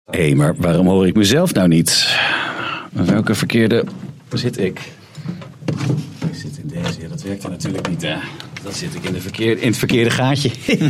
Hé, maar waarom hoor ik mezelf nou niet? Welke verkeerde zit ik? Ik zit in deze. Ja, dat werkt er natuurlijk niet, hè? Dan zit ik in het verkeerde gaatje.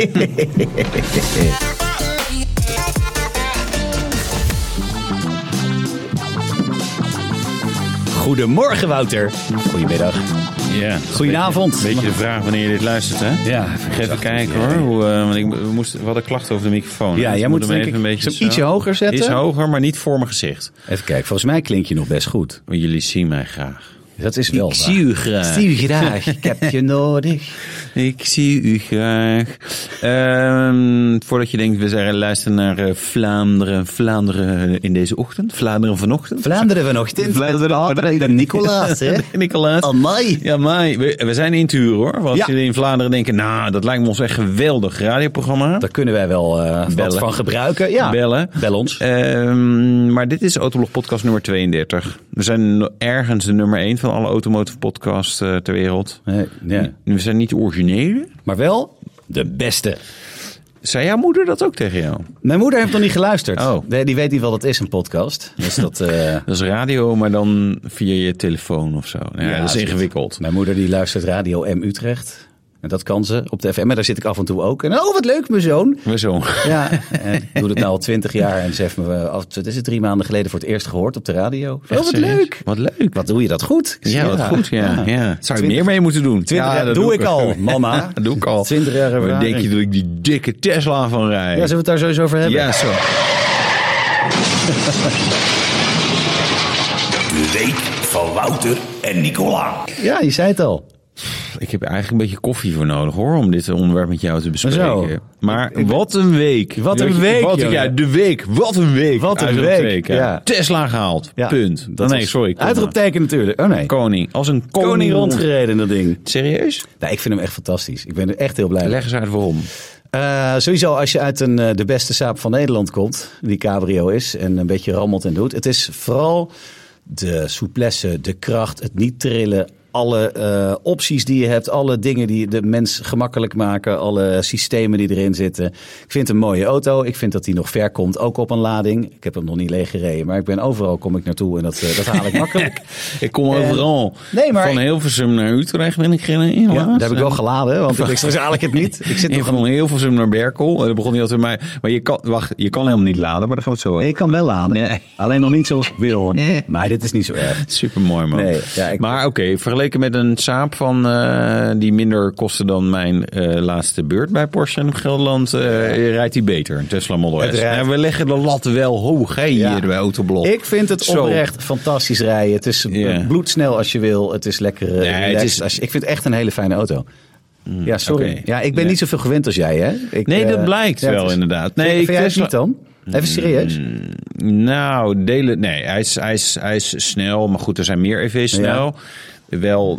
Goedemorgen, Wouter. Goedemiddag. Ja, goedenavond. Beetje de vraag wanneer je dit luistert, hè? Ja. Even kijken hoor. Want we hadden klachten over de microfoon. Ja, jij moet hem een beetje ietsje hoger zetten. Iets hoger, maar niet voor mijn gezicht. Even kijken, volgens mij klink je nog best goed. Want jullie zien mij graag. Dat is wel Ik zie u graag. Zie u graag. Ik heb je nodig. Ik zie u graag. Voordat je denkt, we zeggen luisteren naar Vlaanderen in deze ochtend. Vlaanderen vanochtend. Vlaanderen vanochtend. De Nicolaas, hè? Nicolaas. Amai. Ja, amai. We zijn in te huren, hoor. Als jullie in Vlaanderen denken, nou, dat lijkt me ons echt een geweldig radioprogramma. Daar kunnen wij wel wat van gebruiken. Ja. Bel ons. Maar dit is Autoblog podcast nummer 32. We zijn ergens de nummer 1 van alle automotive podcasts ter wereld. We zijn niet de originele. Maar wel de beste. Zei jouw moeder dat ook tegen jou? Mijn moeder heeft nog niet geluisterd. Oh. Die weet niet wat het is, een podcast. Dus dat is radio, maar dan via je telefoon of zo. Ja, dat is ingewikkeld. Mijn moeder die luistert Radio M Utrecht. En dat kan ze op de FM. En daar zit ik af en toe ook. En wat leuk, mijn zoon. Mijn zoon. Ja, en ik doe het nou al 20 jaar. En ze heeft me, het is 3 maanden geleden voor het eerst gehoord op de radio. Echt, wat leuk. Wat leuk. Wat doe je dat goed? Ja, wat goed. Ja. Zou je meer mee moeten doen? 20 jaar, dat doe ik al, mama. Dat doe ik al. 20 jaar ervaring. Denk je dat ik die dikke Tesla van rijd? Ja, zullen we het daar sowieso over hebben? Ja, zo. De week van Wouter en Nicola. Ja, je zei het al. Ik heb eigenlijk een beetje koffie voor nodig, hoor, om dit onderwerp met jou te bespreken. Zo. Maar wat een week. Wat een week. De week. Wat een week. Wat een week. Ja. Tesla gehaald. Ja. Punt. Sorry. Uitroepteken natuurlijk. Oh nee. Koning. Als een koning rondgereden, dat ding. Serieus? Nou, ik vind hem echt fantastisch. Ik ben er echt heel blij mee. Leg eens uit waarom. Sowieso als je uit de beste saap van Nederland komt, die cabrio is, en een beetje rammelt en doet. Het is vooral de souplesse, de kracht, het niet trillen. Alle opties die je hebt, alle dingen die de mens gemakkelijk maken, alle systemen die erin zitten. Ik vind het een mooie auto. Ik vind dat hij nog ver komt, ook op een lading. Ik heb hem nog niet leeg gereden, maar overal kom ik naartoe en dat haal ik makkelijk. Ik kom overal. Nee, maar van Hilversum naar Utrecht ben ik gereden. Ja, daar heb ik wel geladen, want ik straks haal ik het niet. Ik zit van Hilversum naar Berkel. Dat begon niet altijd mij. Maar je kan helemaal niet laden, maar dat gaat zo. Ik kan wel laden. Nee. Alleen nog niet zoals ik wil. Nee. Maar dit is niet zo erg. Super mooi, man. Nee, ja, maar oké, met een Saab van die minder kostte dan mijn laatste beurt bij Porsche in Gelderland, rijdt hij beter. Een Tesla Model S. We leggen de lat wel hoog hier bij Autoblog. Ik vind het oprecht fantastisch rijden. Het is bloedsnel als je wil. Het is lekker relaxed. Ik vind het echt een hele fijne auto. Ja, sorry. Okay. Ja, ik ben niet zoveel gewend als jij, hè? Dat blijkt wel inderdaad. Nee, vind jij het niet dan? Even serieus? Nou, delen. Nee, hij is snel. Maar goed, er zijn meer EV's snel. Ja. Wel,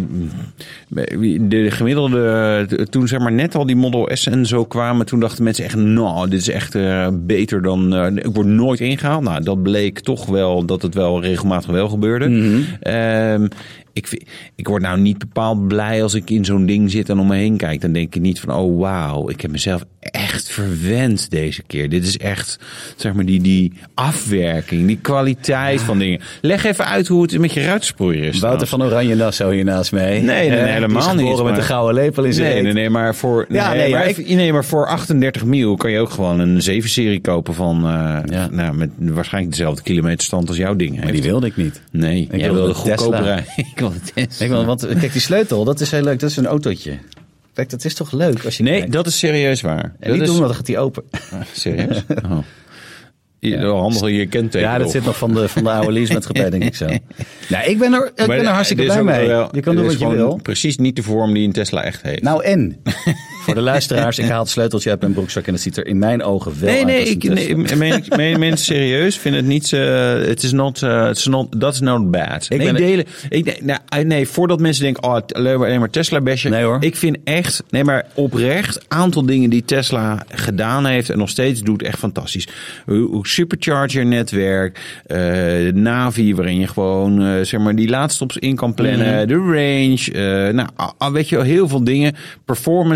de gemiddelde, toen zeg maar net al die Model S en zo kwamen, toen dachten mensen echt, dit is echt beter dan, ik word nooit ingehaald. Nou, dat bleek toch wel, dat het wel regelmatig wel gebeurde. Mm-hmm. Ik word nou niet bepaald blij als ik in zo'n ding zit en om me heen kijk. Dan denk ik niet van, oh wauw, ik heb mezelf echt verwend deze keer. Dit is echt, zeg maar, die afwerking, die kwaliteit van dingen. Leg even uit hoe het met je ruitsproeier is. Wouter van Oranje Nassau hier naast mij. Nee, helemaal niet. Met een gouden lepel in zijn reet. Nee, maar voor, maar voor 38 mil kan je ook gewoon een 7-serie kopen van, met waarschijnlijk dezelfde kilometerstand als jouw ding heeft. Maar die wilde ik niet. Nee, jij wilde goedkoper rijden. Want kijk, die sleutel, dat is heel leuk. Dat is een autootje. Kijk, dat is toch leuk als je kijkt. Dat is serieus waar. En niet doen, want dan gaat die open. Serieus? Oh. Handig je kenteken. Ja, dat zit nog van de oude leasemaatschappij, denk ik zo. Nou, ik ben er hartstikke blij mee. Je kan doen wat je wil. Precies niet de vorm die een Tesla echt heeft. Nou, en voor de luisteraars, ik haal het sleuteltje uit mijn broekzak en dat ziet er in mijn ogen wel uit. Mensen serieus vinden het niet. That's not bad. Voordat mensen denken, alleen maar Tesla bashen. Nee, hoor. Ik vind echt, maar oprecht, aantal dingen die Tesla gedaan heeft en nog steeds doet, echt fantastisch. Hoe supercharger netwerk, Navi, waarin je gewoon die laadstops in kan plannen, de range, weet je wel, heel veel dingen. Performance, natuurlijk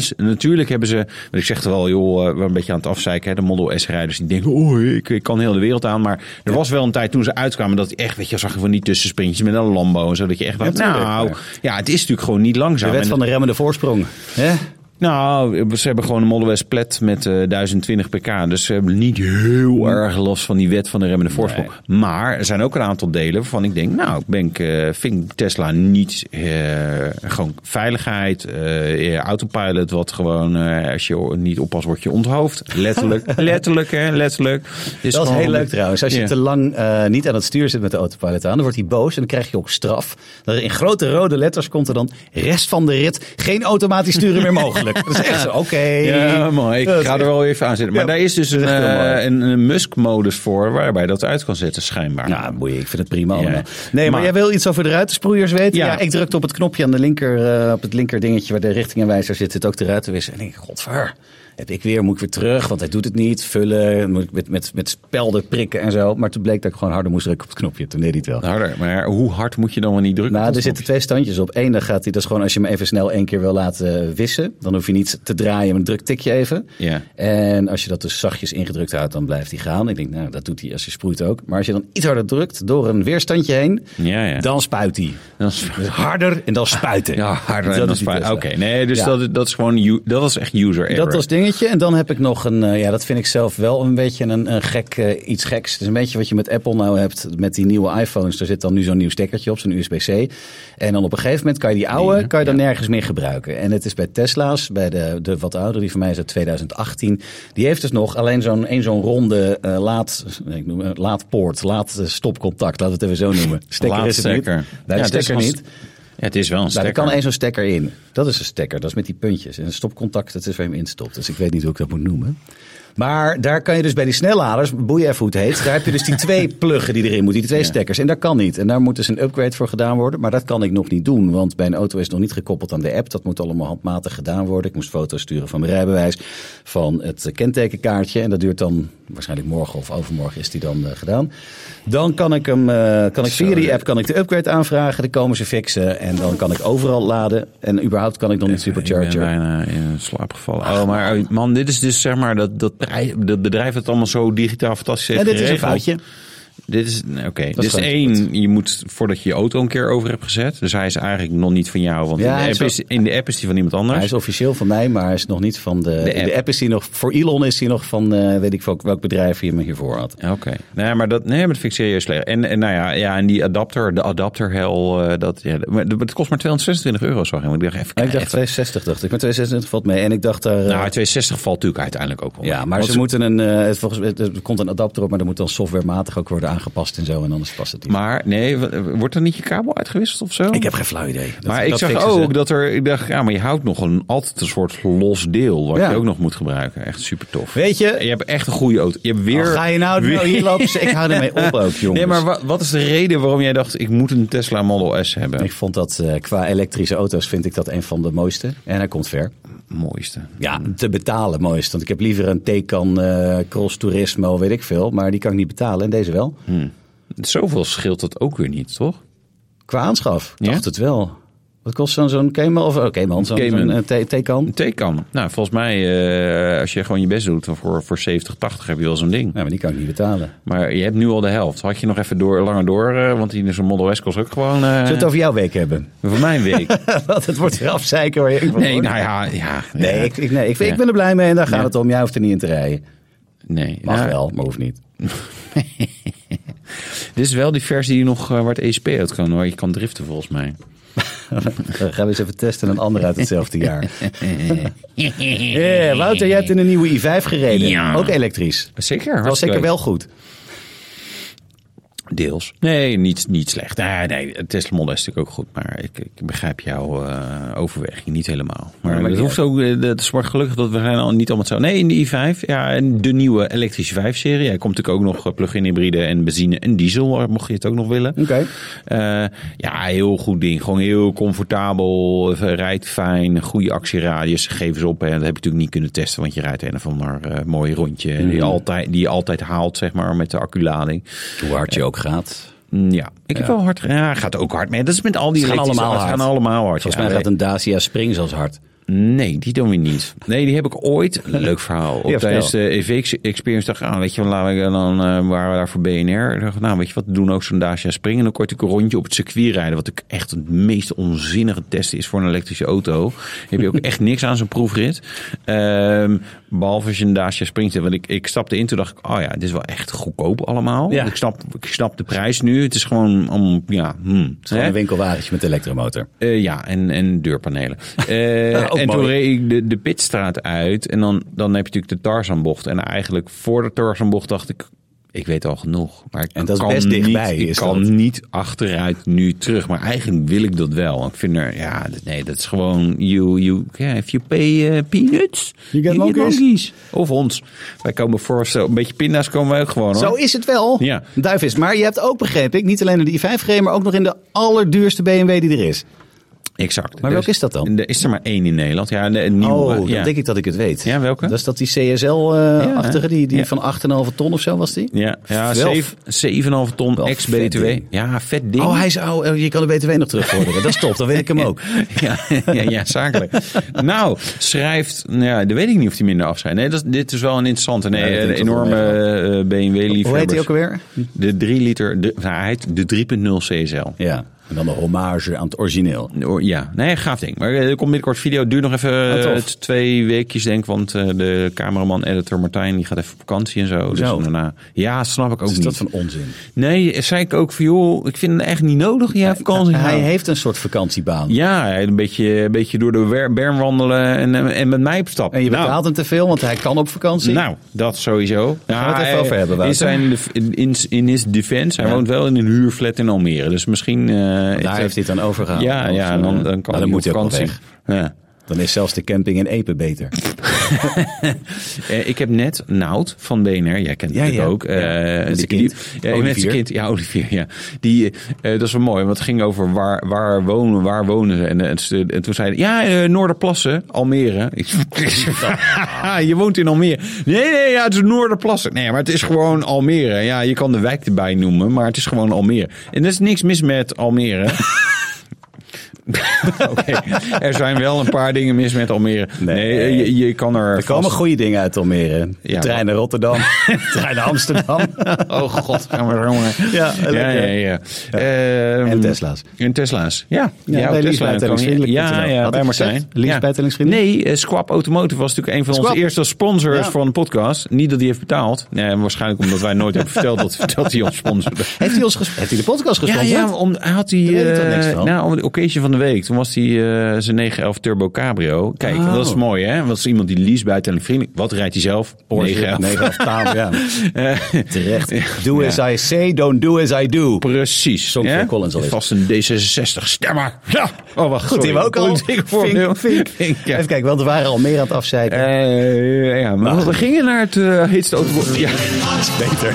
natuurlijk hebben ze... Want ik zeg er wel, joh, we een beetje aan het afzeiken. Hè, de Model S-rijders die denken, ik kan heel de wereld aan. Maar er was wel een tijd toen ze uitkwamen dat echt, weet je, zag je van die tussensprintjes met een Lambo en zo. Dat je echt dacht, het is natuurlijk gewoon niet langzaam. De wet van de remmende voorsprong. Hè? Nou, ze hebben gewoon een Model S Plaid met 1020 pk. Dus ze hebben niet heel erg last van die wet van de remmende voorsprong. Nee. Maar er zijn ook een aantal delen waarvan ik denk... vind Tesla niet gewoon veiligheid. Autopilot, wat gewoon... als je niet oppast, word je onthoofd. Letterlijk. letterlijk. Dus dat is heel leuk trouwens. Als je te lang niet aan het stuur zit met de autopilot aan... dan wordt hij boos en dan krijg je ook straf. Dan in grote rode letters komt er dan... rest van de rit, geen automatisch sturen meer mogelijk. Dat is echt zo, oké. Ja, mooi. Ik ga er wel even aan zitten. Maar daar is dus een Musk-modus voor waarbij dat uit kan zetten, schijnbaar. Nou, boeien, ik vind het prima allemaal. Nee, maar jij wil iets over de ruitensproeiers weten? Ja, ik drukte op het knopje aan de linker, op het linker dingetje waar de richtingaanwijzer zit ook de ruitenwisser. En ik denk, godver, moet ik weer terug, want hij doet het niet. Vullen, moet ik met spelden prikken en zo. Maar toen bleek dat ik gewoon harder moest drukken op het knopje. Toen deed hij het wel. Harder, maar hoe hard moet je dan wel niet drukken? Nou, er zitten 2 standjes op. Eén, dan gaat hij, dat is gewoon als je hem even snel 1 keer wil laten wissen. Dan hoef je niet te draaien, maar druk tik je even. Ja. En als je dat dus zachtjes ingedrukt houdt, dan blijft hij gaan. Ik denk, nou, dat doet hij als je sproeit ook. Maar als je dan iets harder drukt, door een weerstandje heen, dan spuit hij. Dus harder en dan spuiten. Ja, harder en dan spuiten. Oké, nee, dus dat is gewoon, dat is echt user error. Dat was dingetje. En dan heb ik nog een, dat vind ik zelf wel een beetje een gek, iets geks. Het is een beetje wat je met Apple nou hebt met die nieuwe iPhones. Er zit dan nu zo'n nieuw stekkertje op, zo'n USB-C. En dan op een gegeven moment kan je die oude dan nergens meer gebruiken. En het is bij Tesla's, bij de wat oudere, die van mij is uit 2018. Die heeft dus nog alleen zo'n ronde laadstopcontact. Laten we het even zo noemen. Stekker is het niet. Bij de stekker niet. Ja, het is wel een stekker. Er kan één zo'n stekker in. Dat is een stekker. Dat is met die puntjes. En een stopcontact, dat is waar je hem instopt. Dus ik weet niet hoe ik dat moet noemen. Maar daar kan je dus bij die snelladers, boeien even hoe het heet. Daar heb je dus die 2 pluggen die erin moeten. Die 2 stekkers. En dat kan niet. En daar moet dus een upgrade voor gedaan worden. Maar dat kan ik nog niet doen. Want bij een auto is het nog niet gekoppeld aan de app. Dat moet allemaal handmatig gedaan worden. Ik moest foto's sturen van mijn rijbewijs. Van het kentekenkaartje. En dat duurt dan waarschijnlijk morgen of overmorgen is die dan gedaan. Dan kan ik hem, via die app de upgrade aanvragen. Dan komen ze fixen. En dan kan ik overal laden. En überhaupt kan ik dan niet supercharger. Ik ben bijna in slaap gevallen. Maar man, dit is dus zeg maar dat bedrijf het allemaal zo digitaal fantastisch heeft geregeld. Dit is een foutje. Dit is Dit is 1, je moet voordat je je auto een keer over hebt gezet. Dus hij is eigenlijk nog niet van jou. Want in de app is die van iemand anders. Hij is officieel van mij, maar hij is nog niet van de app is hij nog, voor Elon is hij nog van, weet ik welk bedrijf hij me hiervoor had. Oké. Nee, maar dat vind ik serieus slecht. En en die adapter hell, maar het kost maar €226, zag ik. Ik dacht even. Ik dacht 260, dacht ik. Maar 226 valt mee. En ik dacht daar. 260 valt natuurlijk uiteindelijk ook wel. Ja, maar ze moeten er komt een adapter op, maar er moet dan softwarematig ook worden aangepast en zo, en anders past het niet. Maar nee, wordt er niet je kabel uitgewisseld of zo? Ik heb geen flauw idee. Maar ik zag ook dat ik dacht, maar je houdt nog altijd een soort los deel wat je ook nog moet gebruiken. Echt super tof. Weet je? Je hebt echt een goede auto. Je hebt weer. Ga je nou hier lopen? Ik hou ermee op ook, jongens. Nee, maar wat is de reden waarom jij dacht, ik moet een Tesla Model S hebben? Ik vond dat qua elektrische auto's vind ik dat een van de mooiste. En hij komt ver. Mooiste. Ja, te betalen mooiste. Want ik heb liever een Taycan Cross Turismo, weet ik veel. Maar die kan ik niet betalen en deze wel. Zoveel scheelt dat ook weer niet, toch? Qua aanschaf, dacht het wel. Wat kost zo'n Cayman? Of Cayman, zo'n Taycan? Taycan. Nou, volgens mij, als je gewoon je best doet, voor 70, 80 heb je wel zo'n ding. Ja, maar die kan ik niet betalen. Maar je hebt nu al de helft. Had je nog even langer door, want die is een Model S kost ook gewoon... Zullen we het over jouw week hebben? Voor mijn week? Want het wordt weer afzeiken hoor. Ik ben er blij mee en daar gaat het om. Jij hoeft er niet in te rijden. Nee. Mag wel, maar hoeft niet. Dit is wel die versie nog waar het ESP uit kan, waar je kan driften volgens mij. Dan gaan we eens even testen een ander uit hetzelfde jaar. Wouter, jij hebt in een nieuwe i5 gereden. Ja. Ook elektrisch. Zeker. Dat was zeker wel goed. Deels. Nee, niet slecht. Nee, Tesla Model is natuurlijk ook goed. Maar ik begrijp jouw overweging niet helemaal. Maar dat hoeft ook. Het is maar gelukkig dat we al niet allemaal zo. Nee, in de i5. Ja, en de nieuwe elektrische 5-serie. Hij komt natuurlijk ook nog plug-in hybride en benzine en diesel. Mocht je het ook nog willen. Oké. Heel goed ding. Gewoon heel comfortabel. Rijdt fijn. Goede actieradius. Geef eens op. Hè. Dat heb je natuurlijk niet kunnen testen. Want je rijdt een of ander mooi rondje. Die je altijd haalt, zeg maar, met de acculading. Hoe hard je ook gaat. Ja, ik heb wel hard. Ja, gaat ook hard mee. Dat is met al die gaan allemaal hard. Gaan allemaal hard. Volgens mij gaat een Dacia Spring zelfs hard. Nee, die doen we niet. Nee, die heb ik ooit, leuk verhaal, tijdens de EV-experience dacht weet je, laten we dan waren we daar voor BNR. Dacht, weet je wat, we doen ook zo'n Dacia Spring en dan kon ik een rondje op het circuit rijden, wat ook echt het meest onzinnige test is voor een elektrische auto. Daar heb je ook echt niks aan zo'n proefrit. Behalve als je een Dacia Spring zit. Want ik stapte in, toen dacht ik, dit is wel echt goedkoop allemaal. Ja. Ik snap de prijs nu. Het is gewoon het is gewoon een winkelwagentje met elektromotor. En deurpanelen. En toen reed ik de pitstraat uit. En dan heb je natuurlijk de Tarzanbocht. En eigenlijk voor de Tarzanbocht dacht ik weet al genoeg. Maar en dat is best dichtbij. Ik kan niet achteruit nu terug. Maar eigenlijk wil ik dat wel. Ik vind dat is gewoon if you pay peanuts, you get monkeys. Of ons. Wij komen voor een beetje pinda's komen wij ook gewoon. Hoor. Zo is het wel. Ja. Duif. Maar je hebt ook, begreep ik, niet alleen in de i5 gereden, maar ook nog in de allerduurste BMW die er is. Exact. Maar welke is dat dan? Er is er maar 1 in Nederland. Ja, een nieuwe. Dan denk ik dat ik het weet. Ja, welke? Dat is die CSL-achtige, die van 8,5 ton of zo was die? Ja, 7,5 ton ex-BTW. Ja, vet ding. Hij is oud. Je kan de BTW nog terugvorderen. Dat is top, dan weet ik hem ook. Ja, zakelijk. Nou, schrijft, dat weet ik niet of die minder af zijn. Nee, dit is wel een interessante, een enorme BMW-liefhebber. Hoe heet die ook alweer? De 3 liter, hij heet de 3.0 CSL. Ja. En dan een hommage aan het origineel. Ja, gaaf ding. Maar er komt binnenkort video. Het duurt nog even 2 weekjes, denk ik. Want de cameraman, editor Martijn, die gaat even op vakantie en zo. Dus daarna, snap ik ook niet. Is dat van onzin? Nee, zei ik ook van, joh, ik vind het echt niet nodig. Ja, vakantie. Hij heeft een soort vakantiebaan. Ja, een beetje door de berm wandelen en met mij op stap. En je betaalt hem te veel, want hij kan op vakantie. Nou, dat sowieso. Gaan we het even over hebben, Wouter. In his defense, hij woont wel in een huurflat in Almere. Dus misschien... daar heeft hij het dan overgehaald. Ja, dan kan hij moet op vakantie. Ja. Dan is zelfs de camping in Epe beter. Ik heb net Nout van BNR. Jij kent het ook. Met zijn kind. Olivier. Ja, Olivier. Ja. Die, dat is wel mooi. Want het ging over waar wonen ze. En toen zei hij, Noorderplassen, Almere. Je woont in Almere. Nee, het is Noorderplassen. Nee, maar het is gewoon Almere. Ja, je kan de wijk erbij noemen, maar het is gewoon Almere. En er is niks mis met Almere. Oké. Er zijn wel een paar dingen mis met Almere. Nee, je kan er komen goede dingen uit Almere. Ja. Trein naar Rotterdam. Trein naar Amsterdam. Oh god, gaan we zo maar. Ja. En Tesla's. Ja, bij Martijn. Leasebijtellingsvrienden? Nee, Squab Automotive was natuurlijk een van onze eerste sponsors van de podcast. Niet dat hij heeft betaald. Nee, waarschijnlijk omdat wij nooit hebben verteld dat hij ons sponsorde. Heeft hij de podcast gesponsord? Ja, had hij om de occasion van de week. Toen was hij zijn 911 Turbo Cabrio. Kijk, dat is mooi, hè? Dat is iemand die leasebijtelling vriendelijk. Wat rijdt hij zelf? 911 Cabrio. Terecht. Do as I say, don't do as I do. Precies. Song van Collins al is. Vast een D66 stemmer. Ja. Oh, wacht. Goed, die we ook al. Fink. Even kijken, want we waren al meer aan het afzeiken. Maar we gingen naar het heetste autoblog. Ja, dat is beter.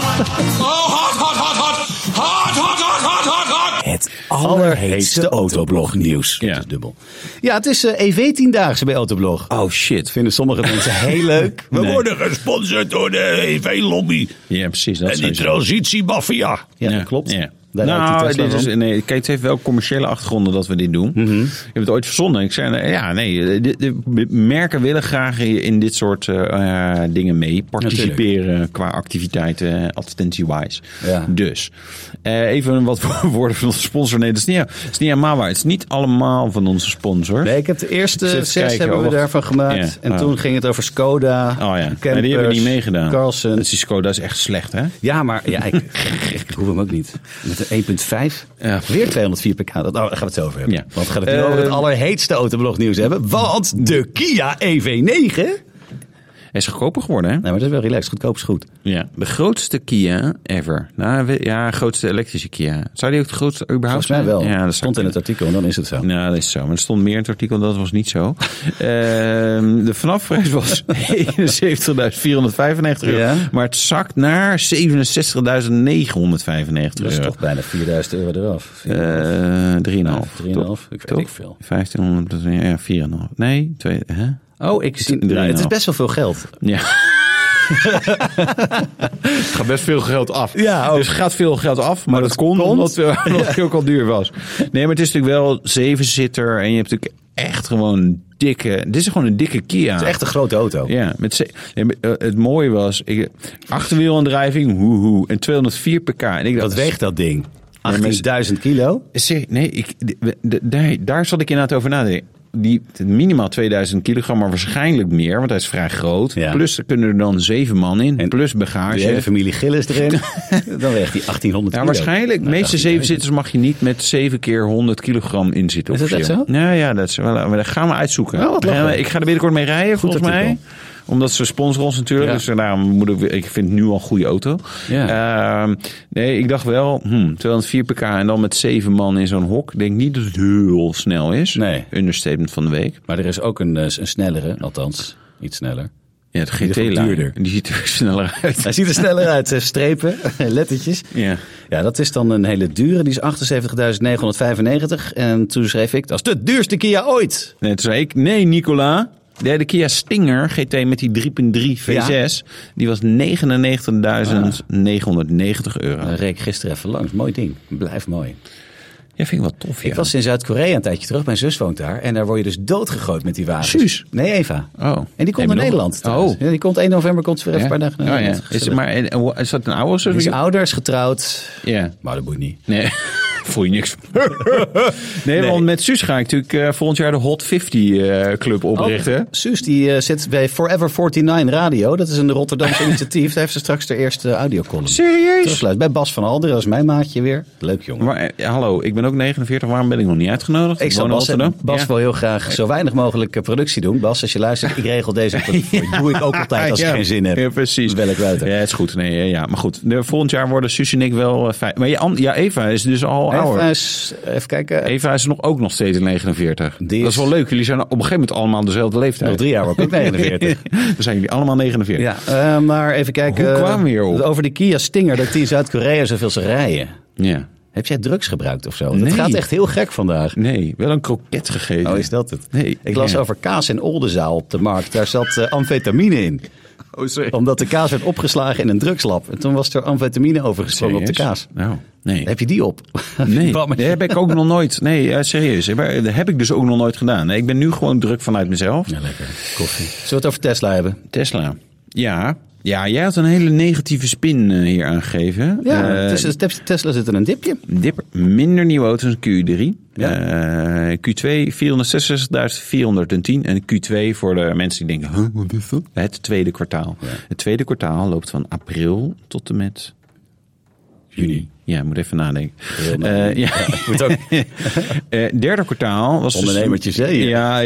Het allerheetste autoblog-nieuws. Ja. Dat is dubbel. Ja, het is EV-10-daagse bij Autoblog. Oh shit. Vinden sommige mensen heel leuk. We worden gesponsord door de EV-lobby. Ja, precies. Dat en die transitiemafia. Ja, klopt. Ja. Kijk, het heeft wel commerciële achtergronden dat we dit doen. Mm-hmm. Ik heb het ooit verzonnen. Ik zei, de merken willen graag in dit soort dingen mee participeren qua activiteiten, advertentie-wise. Ja. Dus, even wat woorden van onze sponsor. Nee, dat is niet helemaal waar. Het is niet allemaal van onze sponsor. Nee, ik heb de eerste 6 hebben we daarvan gemaakt. Ja. En toen ging het over Skoda, Campers, die hebben we niet meegedaan. Carlsen. Dus die Skoda is echt slecht, hè? Ja, maar ik hoef hem ook niet. Met een 1.5. Weer 204 pk. Daar gaan we het zo over hebben. Ja. Want we gaan het nu over het allerheetste autoblog nieuws hebben. Want de Kia EV9... Hij is goedkoper geworden, hè? Nee, maar dat is wel relaxed. Goedkoop is goed. Ja. De grootste Kia ever. Grootste elektrische Kia. Zou die ook de grootste überhaupt zijn? Volgens mij wel. Ja, dat stond in het artikel en dan is het zo. Nou, dat is zo. Maar er stond meer in het artikel, dat was niet zo. De vanafprijs was 71.495 euro. Ja. Maar het zakt naar 67.995 euro. Dat is toch bijna 4.000 euro eraf. 3,5. 3,5. Ik weet niet veel. 1500, 4,5. Nee, 2, hè? Oh, ik zie. Het is best wel veel geld. Ja. Het gaat best veel geld af. Ja, dus gaat veel geld af, maar dat kon omdat het ook al duur was. Nee, maar het is natuurlijk wel 7-zitter en je hebt natuurlijk echt gewoon dikke... Dit is gewoon een dikke Kia. Het is echt een grote auto. Ja, het mooie was... achterwielaandrijving, en 204 pk. En ik dacht, Wat weegt dat ding? 18.000 kilo? Nee, daar zat ik inderdaad over nadenken. Minimaal 2000 kilogram, maar waarschijnlijk meer, want hij is vrij groot. Ja. Plus er kunnen er dan 7 man in, en plus bagage. De hele familie Gillis erin. Dan weegt hij 1800 kilo. Ja, waarschijnlijk. De meeste 7-zitters mag je niet met 7 keer 100 kilogram in zitten. Is dat echt zo? Ja, dat is wel. Maar dat gaan we uitzoeken. Ik ga er binnenkort mee rijden, volgens mij. Omdat ze sponsoren ons natuurlijk. Ja. Dus daarom ik vind het nu al een goede auto. Ja. Nee, ik dacht wel, 204 pk en dan met 7 man in zo'n hok. Ik denk niet dat het heel snel is. Nee. Understatement van de week. Maar er is ook een snellere, althans iets sneller. Ja, de GT-lijn. Die ziet er sneller uit. Hij ziet er sneller uit. Strepen, lettertjes. Ja, dat is dan een hele dure. Die is 78.995. En toen schreef ik, dat is de duurste Kia ooit. Nee, toen zei ik, nee Nicola. De Kia Stinger GT met die 3.3 V6, die was €99.990. Reek gisteren even langs. Mooi ding. Blijft mooi. Ja, vind ik wel tof, ja. Ik was in Zuid-Korea een tijdje terug. Mijn zus woont daar. En daar word je dus doodgegooid met die wagens. Suus? Nee, Eva. Oh. En die komt naar Nederland. Ja, die komt 1 november, komt ze weer even een paar dagen naar Nederland. Is dat een oude zus? Die is ouder, is getrouwd. Ja. Maar dat moet niet. Nee. Voel je niks. Nee, want met Suus ga ik natuurlijk volgend jaar de Hot 50 Club oprichten. Suus die zit bij Forever 49 Radio. Dat is een Rotterdamse initiatief. Daar heeft ze straks de eerste audiocolumn. Serieus? Bij Bas van Alder, dat is mijn maatje weer. Leuk jongen. Maar hallo, ik ben ook 49. Waarom ben ik nog niet uitgenodigd? Ik zal Bas wil heel graag zo weinig mogelijk productie doen. Bas, als je luistert, ik regel deze voor je. Doe ik ook altijd als ik geen zin heb. Ja, precies. Wel ik buiten. Ja, het is goed. Nee, ja, maar goed. Volgend jaar worden Suus en ik wel fijn. Maar Eva is dus al ouder. Even kijken. Eva is ook nog steeds 49. Dat is wel leuk. Jullie zijn op een gegeven moment allemaal dezelfde leeftijd. Nog 3 jaar word ik ook 49. Dan zijn jullie allemaal 49. Ja, maar even kijken. Hoe kwamen we hierop? Over de Kia Stinger, dat die in Zuid-Korea zoveel ze rijden. Ja. Heb jij drugs gebruikt of zo? Nee. Dat gaat echt heel gek vandaag. Nee, wel een kroket gegeten. Oh, is dat het? Nee. Ik las over kaas in Oldenzaal op de markt. Daar zat amfetamine in. Oh, sorry. Omdat de kaas werd opgeslagen in een drugslab. En toen was er amfetamine overgesprongen op de kaas. Nou, nee. Heb je die op? Nee, dat heb ik ook nog nooit. Nee, serieus. Dat heb ik dus ook nog nooit gedaan. Nee, ik ben nu gewoon druk vanuit mezelf. Ja, lekker. Koffie. Zullen we het over Tesla hebben? Tesla. Ja. Ja, jij had een hele negatieve spin hier aangegeven. Ja, Tesla zit in een dipje. Dip, minder nieuwe auto's in Q3. Ja. Q2 466.410 en Q2 voor de mensen die denken, wat is dat? Het tweede kwartaal. Ja. Het tweede kwartaal loopt van april tot en met juni. Ja, moet even nadenken. Moet ook. Derde kwartaal was ondernemertje zee. Ja.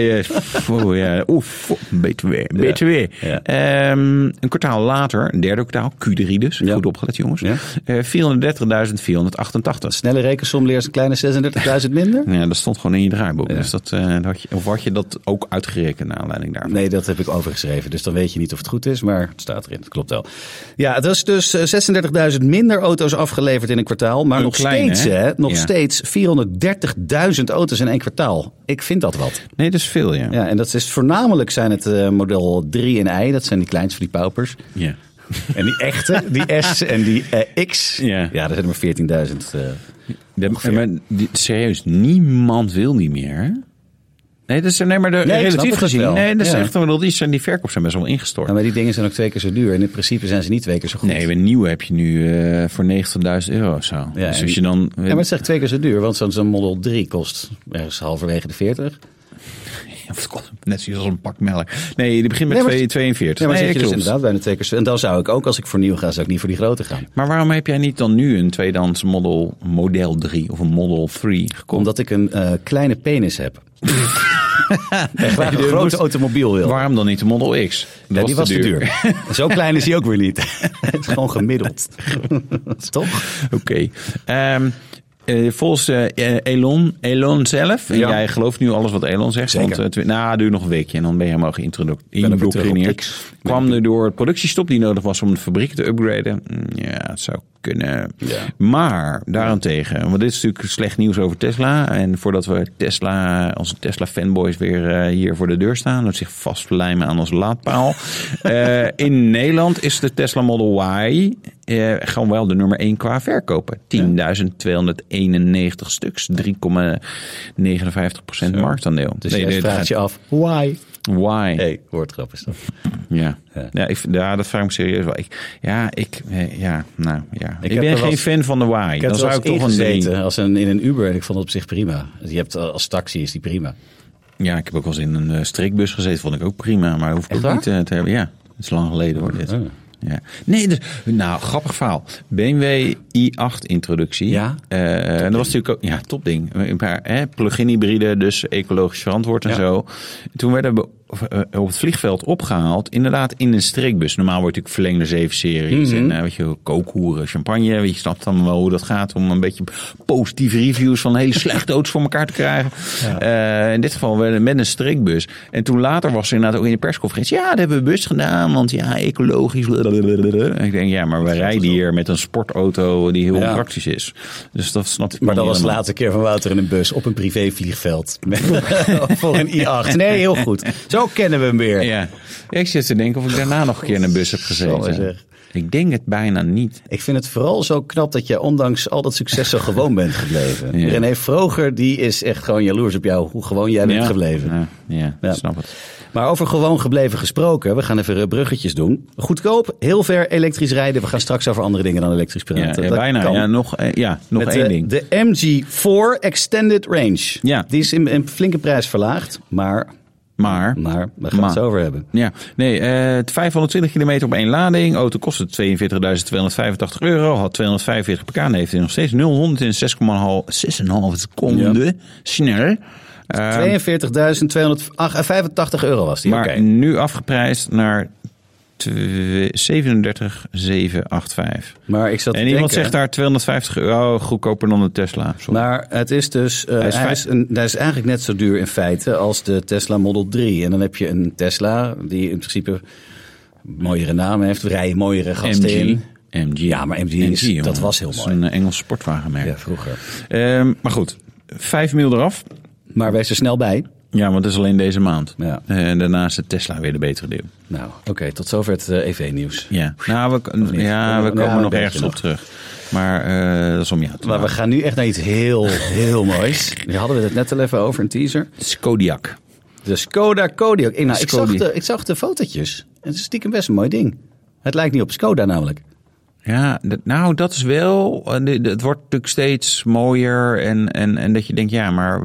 BTW. Ja. Een kwartaal later, een derde kwartaal, Q3 dus. Ja. Goed opgelet, jongens. Ja. 430.488. Snelle rekensom leert een kleine 36.000 minder. Ja, dat stond gewoon in je draaiboek. Ja. Dus dat had je dat ook uitgerekend naar aanleiding daarvan? Nee, dat heb ik overgeschreven. Dus dan weet je niet of het goed is, maar het staat erin. Het klopt wel. Ja, het was dus 36.000 minder auto's afgeleverd in een kwartaal. Maar nog steeds 430.000 auto's in 1 kwartaal. Ik vind dat wat. Nee, dat is veel, ja. Ja, en dat is voornamelijk zijn het model 3 en I. Dat zijn die kleinste van die paupers. Ja. En die echte, die S en die X. Ja, daar zijn er maar 14.000. Serieus, niemand wil die meer, hè? Nee, dat is relatief gezien. Nee, dat is echt die verkoop zijn best wel ingestort. Ja, maar die dingen zijn ook 2 keer zo duur. En in principe zijn ze niet 2 keer zo goed. Nee, een nieuwe heb je nu voor €90.000 of zo. Ja, dus als je dan... Ja, maar het is echt 2 keer zo duur. Want zo'n Model 3 kost ergens halverwege de 40. Net zoals een pak melk. Nee, die begint met 42. Ja, maar zit je dus inderdaad bijna 2 keer zo. En dan zou ik ook, als ik voor nieuw ga, zou ik niet voor die grote gaan. Maar waarom heb jij niet dan nu een tweedehands Model 3 of een Model 3 gekocht? Omdat ik een kleine penis heb. En graag een grote automobiel wil. Waarom dan niet de Model X? Die was te duur. Zo klein is hij ook weer niet. Het is gewoon gemiddeld. Toch? Oké. Volgens Elon zelf, en jij gelooft nu alles wat Elon zegt, Zeker. Want doe nog een weekje en dan ben je helemaal geïndoctrineerd. Kwam er door het productiestop die nodig was om de fabriek te upgraden. Ja, het zou kunnen. Ja. Maar daarentegen, want dit is natuurlijk slecht nieuws over Tesla. En voordat we onze Tesla-fanboys weer hier voor de deur staan, dat zich vastlijmen aan onze laadpaal. In Nederland is de Tesla Model Y gewoon wel de nummer 1 qua verkopen. 10.291 stuks, 3,59% marktaandeel. Dus je vraagt je af, why? Why? Hey, woordgrap is dat. Ja. Dat vraag ik me serieus wel. Ik ben geen fan van de Y. Ik heb dan zou ik toch in een Uber en ik vond het op zich prima. Je hebt als taxi is die prima. Ja, ik heb ook wel eens in een strikbus gezeten. Vond ik ook prima, maar hoef ik ook niet te hebben. Ja, het is lang geleden hoor dit. Ja. Nee, dus, grappig verhaal. BMW i8 introductie. Ja. En dat was natuurlijk ook, topding. Een paar plug-in hybride, dus ecologisch verantwoord en zo. Toen werden we op het vliegveld opgehaald, inderdaad in een streekbus. Normaal wordt natuurlijk verlengde 7-series en kookhoeren, champagne. Je snapt dan wel hoe dat gaat om een beetje positieve reviews van hele slechte auto's voor elkaar te krijgen. Ja. In dit geval met een streekbus. En toen later was er inderdaad ook in de persconferentie, dat hebben we bewust gedaan, want ecologisch. En ik denk, maar we rijden hier met een sportauto die heel praktisch is. Dus dat snap ik. Maar dat was de laatste keer van Wouter in een bus op een privévliegveld. Voor een i8. Nee, heel goed. Zo kennen we hem weer. Ja. Ik zit te denken of ik daarna nog een keer in een bus heb gezeten. Ik denk het bijna niet. Ik vind het vooral zo knap dat jij ondanks al dat succes zo gewoon bent gebleven. Ja. René Vroger, die is echt gewoon jaloers op jou, hoe gewoon jij bent gebleven. Ja, snap het. Maar over gewoon gebleven gesproken, we gaan even bruggetjes doen. Goedkoop, heel ver elektrisch rijden. We gaan straks over andere dingen dan elektrisch praten. Ja, bijna. Kan. Nog één ding. De MG4 Extended Range. Ja. Die is in flinke prijs verlaagd, maar we gaan het zo over hebben. Ja, nee, 520 kilometer op één lading. Auto kostte €42.285. Had 245 pk en heeft nog steeds 0-100 in 6,5 seconden. Snel. €42.285 was die. Maar nu afgeprijsd naar 37.785. Maar ik zat en iemand zegt daar €250 goedkoper dan de Tesla. Sorry. Maar het is dus hij is eigenlijk net zo duur in feite als de Tesla Model 3. En dan heb je een Tesla die in principe een mooiere naam heeft, rijden mooiere gasten in. MG. Ja, maar MG dat was heel mooi. Dat is een Engels sportwagenmerk. Ja, vroeger. Maar goed, 5 mil eraf. Maar wees er snel bij. Ja, want het is alleen deze maand. Ja. En daarna is de Tesla weer de betere deel. Nou, oké, tot zover het EV-nieuws. Ja, we komen nog ergens op terug. Maar dat is om jou te Maar we gaan nu echt naar iets heel, heel moois. We hadden het net al even over, een teaser. Kodiaq. De Skoda Kodiaq. Ik zag de fotootjes. Het is stiekem best een mooi ding. Het lijkt niet op Skoda namelijk. Ja, dat is wel. Het wordt natuurlijk steeds mooier. En dat je denkt, maar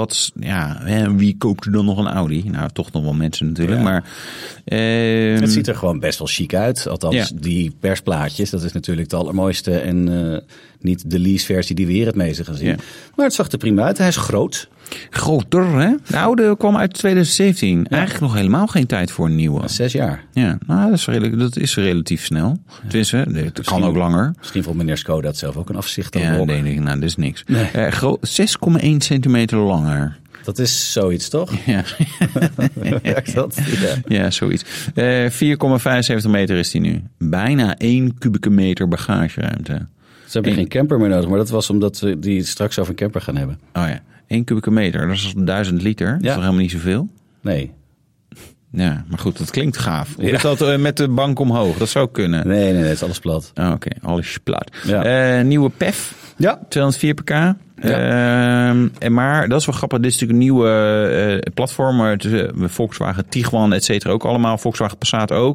wie koopt er dan nog een Audi? Nou, toch nog wel mensen natuurlijk. Ja. Maar het ziet er gewoon best wel chic uit. Althans, die persplaatjes, dat is natuurlijk het allermooiste. En niet de lease-versie die we hier het meeste gaan zien. Ja. Maar het zag er prima uit. Hij is groot. Groter, hè? De oude kwam uit 2017. Ja. Eigenlijk nog helemaal geen tijd voor een nieuwe. 6 jaar. Ja, dat is relatief snel. Ja. Tenminste, het kan ook langer. Misschien vond meneer Skoda het zelf ook een afzicht. Ja, denk ik, dat is niks. Nee. 6,1 centimeter langer. Dat is zoiets, toch? Ja. Werkt dat? Ja, zoiets. 4,75 meter is die nu. Bijna 1 kubieke meter bagageruimte. Ze hebben geen camper meer nodig, maar dat was omdat we die straks over een camper gaan hebben. Oh ja. 1 kubieke meter, dat is 1000 liter. Dat is toch helemaal niet zoveel? Nee. Ja, maar goed, dat klinkt gaaf. Of is dat met de bank omhoog? Dat zou kunnen. Nee, het is alles plat. Oké, alles is plat. Ja. Nieuwe PEF. Ja. 204 pk. Ja. Maar dat is wel grappig. Dit is natuurlijk een nieuwe platform. Volkswagen Tiguan, et cetera, ook allemaal. Volkswagen Passat ook.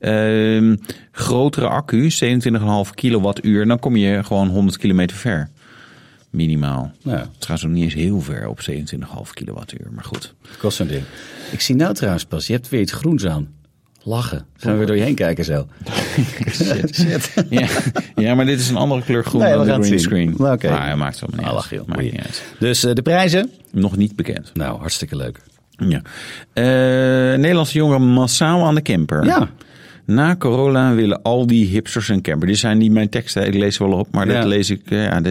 Grotere accu, 27,5 kilowattuur. En dan kom je gewoon 100 kilometer ver. Minimaal. Ja. Het gaat zo niet eens heel ver op 27,5 kilowattuur. Maar goed. Het kost zo'n ding. Ik zie nou trouwens pas, je hebt weer iets groens aan. Lachen. Gaan we weer door je heen kijken zo. Shit. Ja, maar dit is een andere kleur groen dan de green screen. Okay. Maar hij maakt het allemaal niet uit. Maakt niet uit. Dus de prijzen? Nog niet bekend. Nou, hartstikke leuk. Ja. Nederlandse jongeren massaal aan de camper. Ja. Na corona willen al die hipsters een camper. Dit zijn niet mijn teksten, ik lees ze wel op. Maar dit lees ik,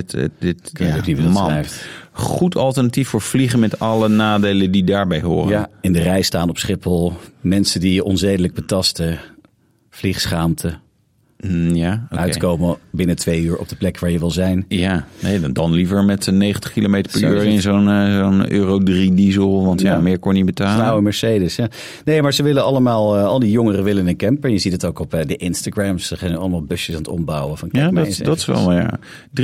man. Goed alternatief voor vliegen met alle nadelen die daarbij horen. Ja, in de rij staan op Schiphol. Mensen die je onzedelijk betasten. Vliegschaamte. Ja, oké. Uitkomen binnen 2 uur op de plek waar je wil zijn. Ja, nee, dan liever met 90 km per Zo uur is in het. zo'n Euro 3 diesel. Want Ja. meer kon je niet betalen. Flauwe Mercedes, ja. Nee, maar ze willen allemaal, al die jongeren willen een camper. Je ziet het ook op de Instagrams. Ze gaan allemaal busjes aan het ombouwen. Van, kijk Ja, maar dat eens is wel, eventjes. ja.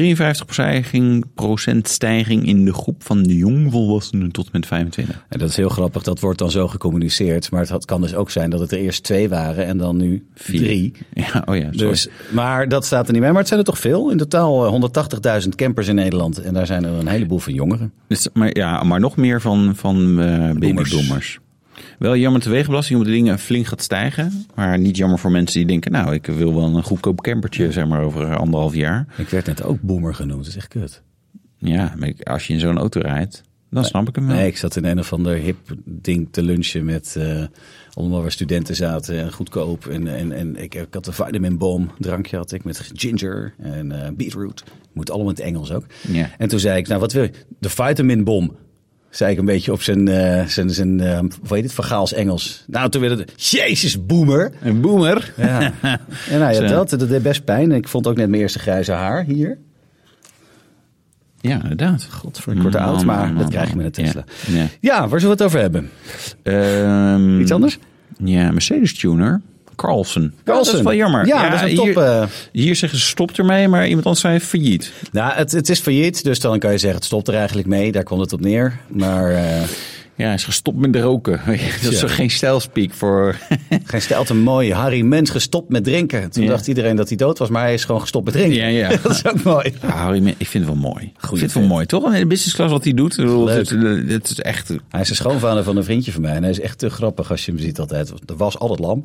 53% stijging in de groep van de jongvolwassenen tot met 25. En dat is heel grappig, dat wordt dan zo gecommuniceerd. Maar het kan dus ook zijn dat het er eerst 2 waren en dan nu 3. Ja, oh ja, sorry. Dus, maar dat staat er niet bij. Maar het zijn er toch veel. In totaal 180.000 campers in Nederland. En daar zijn er een heleboel van jongeren. Dus, maar nog meer van babyboomers. Wel jammer de wegenbelasting op de dingen flink gaat stijgen. Maar niet jammer voor mensen die denken, nou, ik wil wel een goedkoop campertje, zeg maar, over 1,5 jaar. Ik werd net ook boomer genoemd. Dat is echt kut. Ja, maar als je in zo'n auto rijdt, dan snap ik hem wel. Nee, ik zat in een of ander hip ding te lunchen met allemaal waar studenten zaten en goedkoop. En ik had een vitamin boom drankje had ik met ginger en beetroot. Moet allemaal in het Engels ook. Ja. En toen zei ik, nou wat wil je? De vitamin bom. Zei ik een beetje op zijn hoe heet het, Vergaals Engels. Nou, toen werd het, jezus, boomer. Een boomer. Ja. En nou ja, Zo. dat deed best pijn. Ik vond ook net mijn eerste grijze haar hier. Ja, inderdaad. Godver, ik word oud, maar dat krijg je met een Tesla. Ja. Ja, waar zullen we het over hebben? Iets anders? Ja, Mercedes tuner. Carlson. Dat is wel jammer. Ja, dat is een top. Hier zeggen ze stop ermee, maar iemand anders zei failliet. Nou, het is failliet, dus dan kan je zeggen het stopt er eigenlijk mee. Daar komt het op neer. Maar Ja, hij is gestopt met roken. Dat is toch geen stijlspeak voor... geen stijl te mooi. Harry Mens gestopt met drinken. Toen dacht iedereen dat hij dood was, maar hij is gewoon gestopt met drinken. Ja. Dat is ook mooi. Ja, Harry, ik vind het wel mooi. Ik vind het wel vent. mooi, toch? In de business class wat hij doet. Ik bedoel, Leuk. het is echt... Hij is een schoonvader van een vriendje van mij. En hij is echt te grappig als je hem ziet altijd. Er was altijd lam.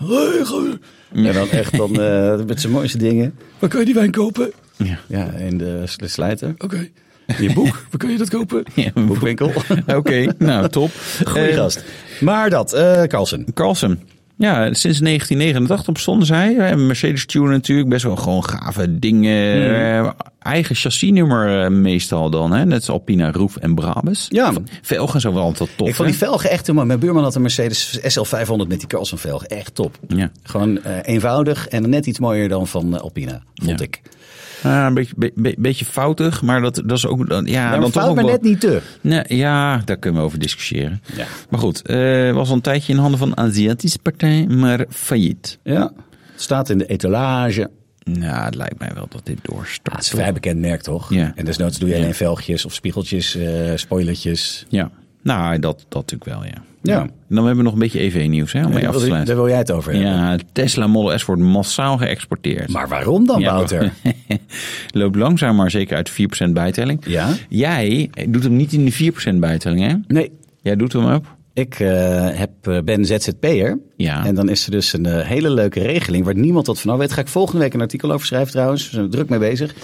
En dan echt dan, met zijn mooiste dingen. Waar kan je die wijn kopen? Ja, in de slijter. Oké. Je boek, waar kun je dat kopen? Ja, Boekwinkel. Oké, nou top. Goeie gast. Maar dat, Carlsen. Carlson. Ja, sinds 1989 bestonden zij. Mercedes Tuner natuurlijk, best wel gewoon gave dingen. Eigen chassisnummer meestal dan. Hè? Net als Alpina, Roef en Brabus. Ja. Velgen zijn wel altijd tof. Ik vond die hè? velgen echt helemaal. Mijn buurman had een Mercedes SL500 met die Carlsen velgen. Echt top. Ja. Gewoon eenvoudig en net iets mooier dan van Alpina, vond Ja. ik. Een beetje foutig, maar dat is ook... Ja, Ja, dan maar toch fout, ook maar wel... net niet te. Nee, ja, daar kunnen we over discussiëren. Ja. Maar goed, was al een tijdje in handen van een Aziatische partij, maar failliet. Ja. Het staat in de etalage. Nou, het lijkt mij wel dat dit doorstart. Het is een vrij bekend merk, toch? Ja. En desnoods doe je Ja. alleen velgjes of spiegeltjes, spoilertjes. Ja, nou, dat natuurlijk wel, ja. Ja. En dan hebben we nog een beetje EV-nieuws, hè, om mee af te sluiten. Daar wil jij het over hebben. Ja, Tesla Model S wordt massaal geëxporteerd. Maar waarom dan, Ja, Wouter? Loopt langzaam, maar zeker uit 4% bijtelling. Ja? Jij doet hem niet in de 4% bijtelling, hè? Nee. Jij doet hem op? Ik ben ZZP'er. Ja. En dan is er dus een hele leuke regeling waar niemand wat van weet. Ga ik volgende week een artikel over schrijven trouwens. We zijn er druk mee bezig.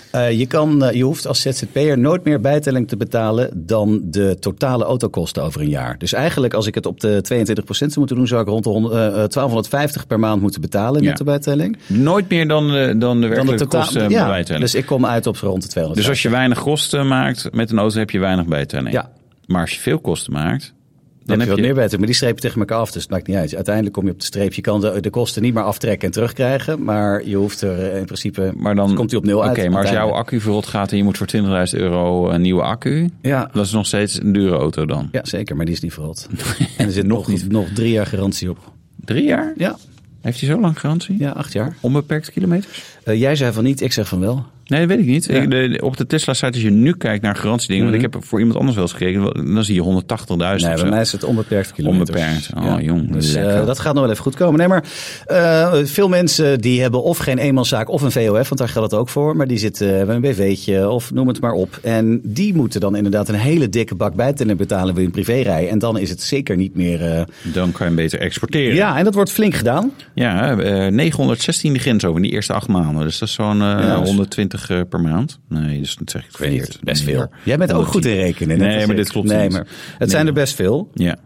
Je hoeft als ZZP'er nooit meer bijtelling te betalen dan de totale autokosten over een jaar. Dus eigenlijk als ik het op de 22% zou moeten doen, zou ik rond de 1250 per maand moeten betalen Ja. netto bijtelling. Nooit meer dan de werkelijke kosten ja, bijtelling. dus ik kom uit op rond de 250. Dus als je weinig kosten maakt met een auto, heb je weinig bijtelling. Ja. Maar als je veel kosten maakt, Dan dan heb je wat meer bijtelling. Maar die streep je tegen elkaar af, dus het maakt niet uit. Uiteindelijk kom je op de streep. Je kan de kosten niet meer aftrekken en terugkrijgen. Maar je hoeft er in principe... Maar dan komt hij op nul uit. Oké, maar als jouw uiteindelijk. accu verrot gaat en je moet voor €20.000 een nieuwe accu, Ja. dat is nog steeds een dure auto dan. Ja, zeker. Maar die is niet verrot. En er zit nog 3 jaar garantie op. 3 jaar? Ja, Heeft hij zo lang garantie? ja 8 jaar. Onbeperkt kilometers? Jij zei van niet, ik zeg van wel. Nee, dat weet ik niet. Ja. Op de Tesla-site, als je nu kijkt naar garantiedingen, want ik heb voor iemand anders wel eens gekeken, dan zie je 180.000 Nee, of bij zo. mij is het onbeperkt kilometers. Onbeperkt. Oh, jong, Dus lekker. dat gaat nog wel even goed komen. Nee, maar veel mensen die hebben of geen eenmanszaak of een VOF, want daar geldt het ook voor. Maar die hebben een BV'tje of noem het maar op. En die moeten dan inderdaad een hele dikke bak bijtelling betalen voor hun privérij. En dan is het zeker niet meer... Dan kan je hem beter exporteren. Ja, en dat wordt flink gedaan. Ja, 916 de grens over in die eerste 8 maanden. Dus dat is zo'n 120 per maand. Nee, dus dat zeg ik verkeerd. Best veel. Meer. Jij bent ook goed in rekenen. net Nee, als maar ik. dit klopt Nee, niet. maar het zijn er best veel. Ja.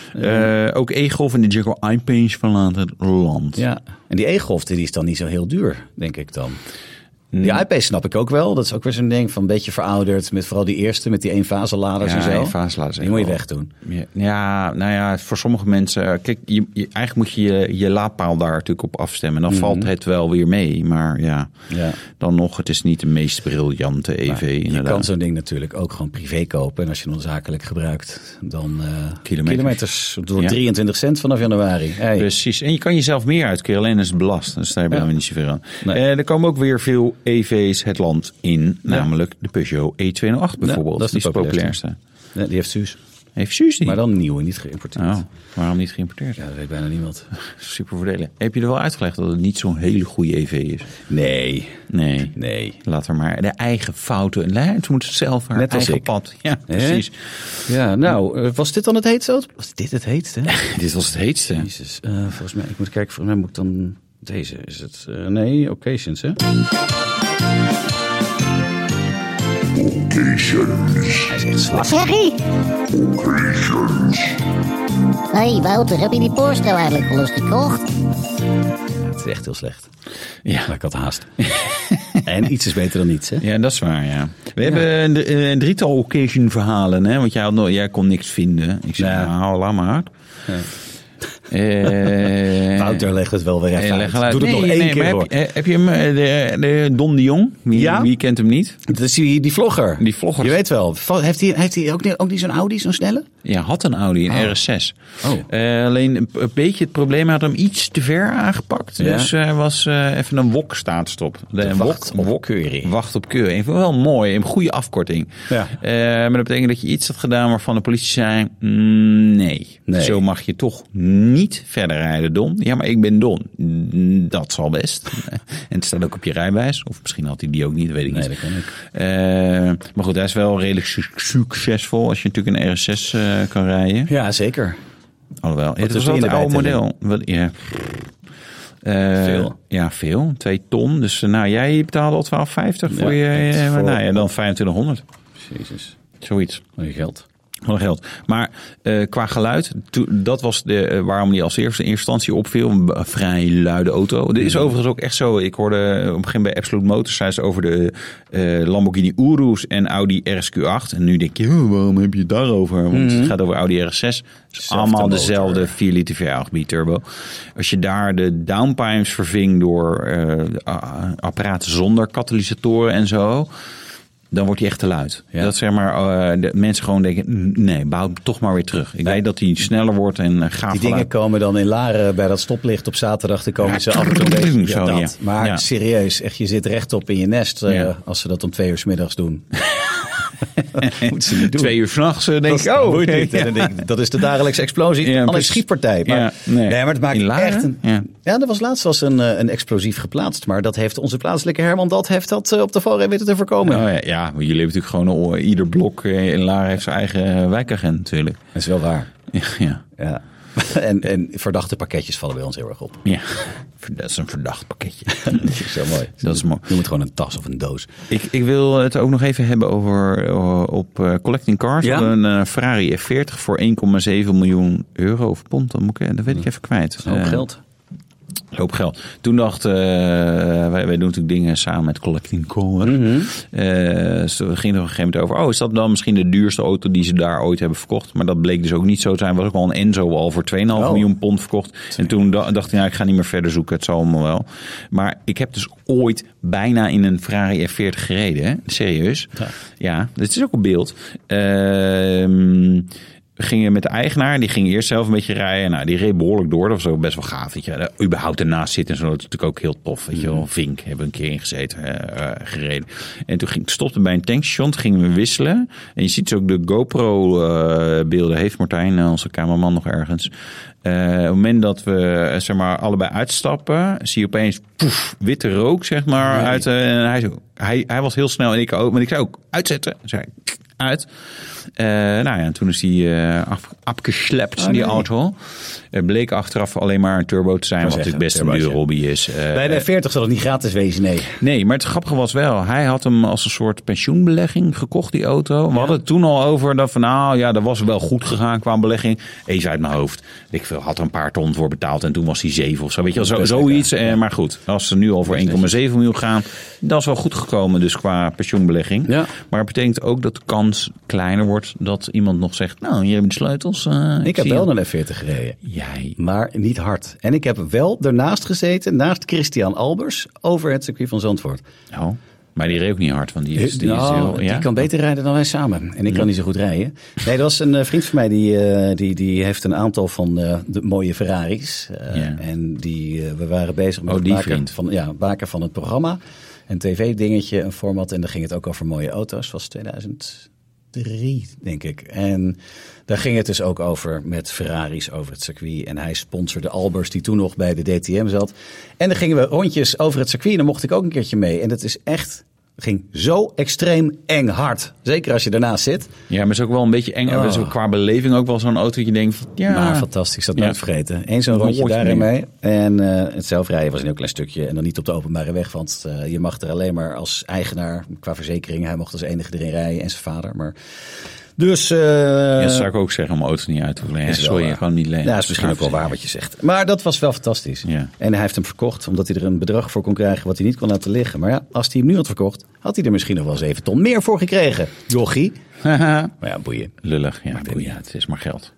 Ook E-Golf en de Jaguar I-Pace verlaten het land. Ja. En die E-Golf die is dan niet zo heel duur, denk ik dan. Die iPace snap ik ook wel. Dat is ook weer zo'n ding van een beetje verouderd. Met vooral die eerste, met die eenfaseladers en zo. Eenfaseladers. Die moet je wegdoen. Ja, nou ja, voor sommige mensen... Kijk, eigenlijk moet je je laadpaal daar natuurlijk op afstemmen. Dan valt het wel weer mee. Maar ja, dan nog, het is niet de meest briljante EV. Je inderdaad. kan zo'n ding natuurlijk ook gewoon privé kopen. En als je hem zakelijk gebruikt, dan Kilometers door 23 cent vanaf januari. Hey. Precies. En je kan jezelf meer uitkeren, alleen is het belast. Dus daar hebben we niet zoveel aan. Nee. Er komen ook weer veel EV's het land in. Namelijk de Peugeot E208 bijvoorbeeld. dat is de populairste. Ja, die heeft Suus. Heeft Suus die? Maar dan nieuw en niet geïmporteerd. Oh, waarom niet geïmporteerd? Ja, dat weet bijna niemand. Super voordelen. Heb je er wel uitgelegd dat het niet zo'n hele goede EV is? Nee. Laat er maar de eigen fouten. Ze moet zelf haar net als eigen ik. pad. Ja, precies. Ja, nou, was dit dan het heetste? Was dit het heetste? Dit was het heetste. Jezus, volgens mij, ik moet kijken, volgens mij moet ik dan deze. Is het? Nee, Occasions, hè? Occasions. Hij is echt slecht. Zeg je? Occasions. Hé Wouter, heb je die Porsche nou eigenlijk wel eens gekocht? Ja, het is echt heel slecht. Ja. Maar ik had haast. En iets is beter dan niets, hè? Ja, dat is waar, ja. We hebben een drietal occasion verhalen, hè? Want jij kon niks vinden. Ik zei, laat maar uit. Ja. Wouter legt het wel weer even uit. Doe het nog één keer hoor. Heb je hem, de Don de Jong? Wie kent hem niet? Dat is die vlogger. Die vlogger. Je weet wel. Heeft hij ook niet zo'n Audi, zo'n snelle? Ja, had een Audi, een RS6. Oh. Alleen een beetje het probleem, hij had hem iets te ver aangepakt. Ja. Dus hij was even een wok-staatstop. Wacht op keuring. Wacht op keuring. Wel mooi, een goede afkorting. Ja. Maar dat betekent dat je iets had gedaan waarvan de politie zei... Nee, zo mag je toch niet verder rijden, Don. Ja, maar ik ben Don. Dat zal best. En het staat ook op je rijbewijs. Of misschien had hij die ook niet, weet ik niet. Nee, dat kan ik. Maar goed, hij is wel redelijk succesvol als je natuurlijk een RS6 kan rijden. Ja, zeker. Alhoewel, het was wel het oude model. Ja. Veel. Ja, veel. 2 ton. Dus jij betaalde al 12,50 voor je... dan 2500. Jezus. Zoiets. Wat je geld. Wat geld. Maar qua geluid, dat was waarom die als eerste instantie opviel. Een vrij luide auto. Dit is overigens ook echt zo. Ik hoorde op een begin bij Absolute Motors zei ze over de Lamborghini Urus en Audi RSQ8. En nu denk je, waarom heb je het daarover? Want het gaat over Audi RS6. Het is allemaal dezelfde 4 liter V8 biturbo. Als je daar de downpipes verving door apparaten zonder katalysatoren en zo... Dan wordt hij echt te luid. Ja. Dat zeg maar, de mensen gewoon denken, nee, bouw hem toch maar weer terug. Ik weet dat hij sneller wordt en gaaf. Die dingen komen dan in Laren bij dat stoplicht op zaterdag. Dan komen ze af en toe een beetje dat. Maar serieus, echt, je zit rechtop in je nest als ze dat om 2 uur 's middags doen. Moeten ze niet doen. 2 uur 's nachts denk ik, dan denk ik, dat is de dagelijkse explosie. Ja, een schietpartij. Maar, maar het maakt echt een... Ja, er was laatst een explosief geplaatst. Maar dat heeft onze plaatselijke Herman op de valreep weten te voorkomen. Oh, ja, maar jullie hebben natuurlijk gewoon ieder blok in Laren heeft zijn eigen wijkagent natuurlijk. Dat is wel waar. Ja. En verdachte pakketjes vallen bij ons heel erg op. Ja, dat is een verdacht pakketje. Dat is zo mooi. Dat is mooi. Je moet gewoon een tas of een doos. Ik wil het ook nog even hebben over op Collecting Cars. Ja? Een Ferrari F40 voor 1,7 miljoen euro of pond. Dat weet ik even kwijt. Dat is een hoop geld. Hoop geld. Toen dacht wij doen natuurlijk dingen samen met Collecting Cars. Dus we gingen er op een gegeven moment over. Is dat dan misschien de duurste auto die ze daar ooit hebben verkocht? Maar dat bleek dus ook niet zo te zijn. Was ook al een Enzo al voor 2,5 miljoen pond verkocht. En toen dacht ik, ik ga niet meer verder zoeken. Het zal allemaal wel. Maar ik heb dus ooit bijna in een Ferrari F40 gereden. Hè? Serieus. Ja, dit is ook op beeld. We gingen met de eigenaar, die ging eerst zelf een beetje rijden. Nou, die reed behoorlijk door. Dat was ook best wel gaaf. Weet je. Überhaupt ernaast zitten en zo. Dat is natuurlijk ook heel tof. Weet je wel. Vink hebben we een keer ingezeten, gereden. En toen stopte bij een tankstation. Toen gingen we wisselen. En je ziet dus ook de GoPro-beelden. Heeft Martijn, onze cameraman, nog ergens. Op het moment dat we zeg maar allebei uitstappen, zie je opeens witte rook zeg maar uit. Hij was heel snel en ik ook. Maar ik zei ook uitzetten. Zei uit. En toen is die afgeslept, die auto. Bleek achteraf alleen maar een turbo te zijn, wat natuurlijk best een dure hobby is. Bij de 40 zal het niet gratis wezen, nee. Nee, maar het grappige was wel, hij had hem als een soort pensioenbelegging gekocht, die auto. We hadden het toen al over dat dat was wel goed gegaan qua belegging. Eens uit mijn hoofd. Ik had er een paar ton voor betaald en toen was hij 7 of zo. Weet je wel, zoiets. Maar goed, als ze nu al voor 1,7 miljoen gaan, dat is wel goed gekomen dus qua pensioenbelegging. Ja. Maar het betekent ook dat de kans kleiner wordt dat iemand nog zegt, nou, je hebt de sleutels. Ik heb wel een F40 gereden. Jij. Maar niet hard. En ik heb wel ernaast gezeten, naast Christian Albers, over het circuit van Zandvoort. Oh, maar die reed ook niet hard, want die is heel... Die kan beter rijden dan wij samen. En ik kan niet zo goed rijden. Nee, dat was een vriend van mij, die heeft een aantal van de mooie Ferraris. En we waren bezig met het maken van het programma. Een tv-dingetje, een format. En daar ging het ook over mooie auto's. Het was 2003, denk ik. En daar ging het dus ook over met Ferraris over het circuit. En hij sponsorde Albers, die toen nog bij de DTM zat. En dan gingen we rondjes over het circuit. En dan mocht ik ook een keertje mee. En dat is echt... ging zo extreem eng hard. Zeker als je daarnaast zit. Ja, maar het is ook wel een beetje eng. Oh. Qua beleving ook wel zo'n auto dat je denkt... Maar fantastisch, dat nooit vergeten. Eén zo'n rondje daarin mee. En het zelfrijden was een heel klein stukje. En dan niet op de openbare weg. Want je mag er alleen maar als eigenaar qua verzekering. Hij mocht als enige erin rijden en zijn vader. Maar... Dus, dat zou ik ook zeggen om auto's niet uit te lenen. Sorry, gewoon niet lenen. Ja, dat is misschien ook wel waar wat je zegt. Maar dat was wel fantastisch. Ja. En hij heeft hem verkocht omdat hij er een bedrag voor kon krijgen wat hij niet kon laten liggen. Maar ja, als hij hem nu had verkocht, had hij er misschien nog wel 7 ton meer voor gekregen. Jochie. Maar ja, boeien. Lullig. Ja, boeien. Het is maar geld.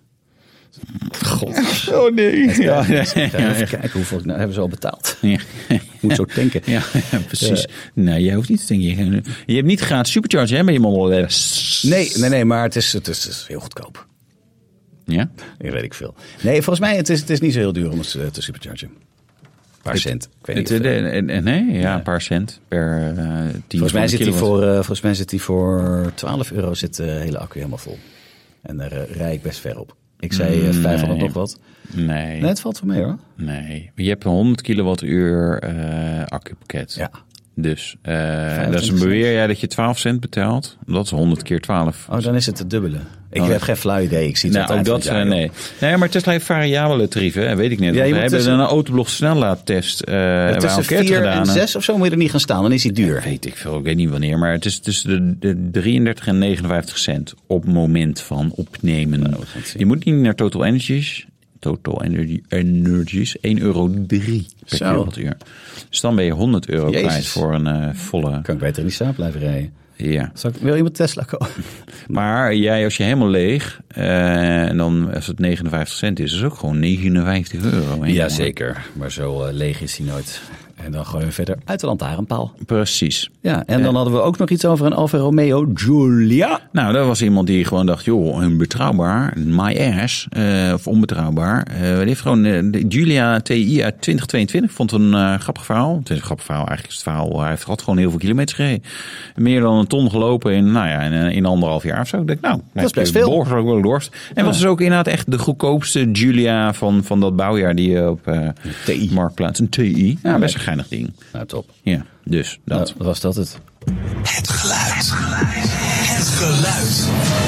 God. Oh nee. Even kijken hoeveel hebben ze al betaald. Ja. Moet zo tanken. Ja, precies. Nee, jij hoeft niet te tanken. Je hebt niet gratis supercharge hè, met je Model S. Nee, maar het is heel goedkoop. Ja? Dat weet ik veel. Nee, volgens mij het is niet zo heel duur om het te superchargen. Een paar cent. Ik weet niet een paar cent per 10 volgens mij zit hij voor €12 zit de hele accu helemaal vol. En daar rijd ik best ver op. Ik zei 500 nog wat. Nee, het valt wel mee hoor. Nee, je hebt een 100 kilowattuur accupakket. Ja. Dus dat is een beweer dat je 12 cent betaalt. Dat is 100 keer 12. Oh, dan is het het dubbele. Ik heb geen flauw idee. Ik zie het altijd. Nee, maar Tesla heeft variabele tarieven, weet ik net. Ja, we hebben een autoblog snellaadtest tussen 4 en 6 of zo moet je er niet gaan staan. Dan is hij duur. Weet ik veel, ik weet niet wanneer. Maar het is tussen de 33 en 59 cent op moment van opnemen. Nou, je moet niet naar Total Energies. Total Energies, €1,03 per kilowattuur. Dus dan ben je €100 kwijt voor een volle... Kan ik beter in die staat blijven rijden. Ja. Wil iemand Tesla kopen? Maar jij, als je helemaal leeg, en dan als het 59 cent is, is het ook gewoon €59. Jazeker, maar zo leeg is hij nooit. En dan gooien we verder uit de lantaarnpaal. Precies. Ja, en dan hadden we ook nog iets over een Alfa Romeo Giulia. Nou, dat was iemand die gewoon dacht, joh, onbetrouwbaar, my ass, of onbetrouwbaar. Die heeft gewoon de Giulia TI uit 2022. Vond het een grappig verhaal. Het is een grappig verhaal, eigenlijk is het verhaal. Hij heeft gewoon heel veel kilometers gereden. Meer dan een ton gelopen in 1,5 jaar of zo. Ik denk, nou, dat is best veel. Ook wel dorst. En was dus ook inderdaad echt de goedkoopste Giulia van dat bouwjaar die je op Marktplaats. Een TI. Ja, best een geinig ding. Nou, top. Ja, dus dat. Nou, was dat het. Het geluid. Het geluid.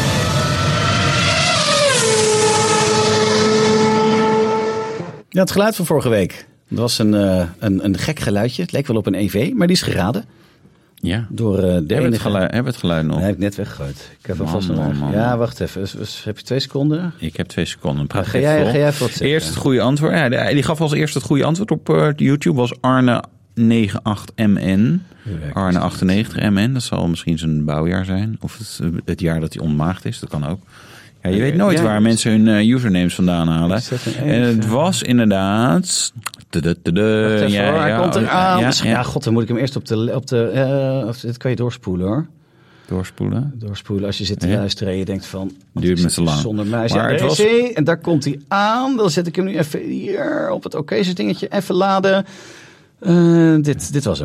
Ja, het geluid van vorige week. Dat was een gek geluidje. Het leek wel op een EV, maar die is geraden. Ja. Door hebben we het geluid nog? Nee, heb ik net weggegooid. Ik heb hem vast nog. Ja, wacht even. Heb je 2 seconden? Ik heb 2 seconden. Ga jij wat zeggen? Eerst het goede antwoord. Ja, die gaf als eerste het goede antwoord op YouTube. Was Arne 98MN. Arne 98MN. Dat zal misschien zijn bouwjaar zijn. Of het jaar dat hij ontmaagd is. Dat kan ook. Ja, je weet nooit waar mensen hun usernames vandaan halen. En het was inderdaad... Hij komt eraan. Ja, god, dan moet ik hem eerst op de dit kan je doorspoelen hoor. Doorspoelen als je zit te luisteren en je denkt van... Duurt met te lang. Zonder mij. En daar komt hij aan. Dan zet ik hem nu even hier op het occasion dingetje. Even laden. Dit was hem.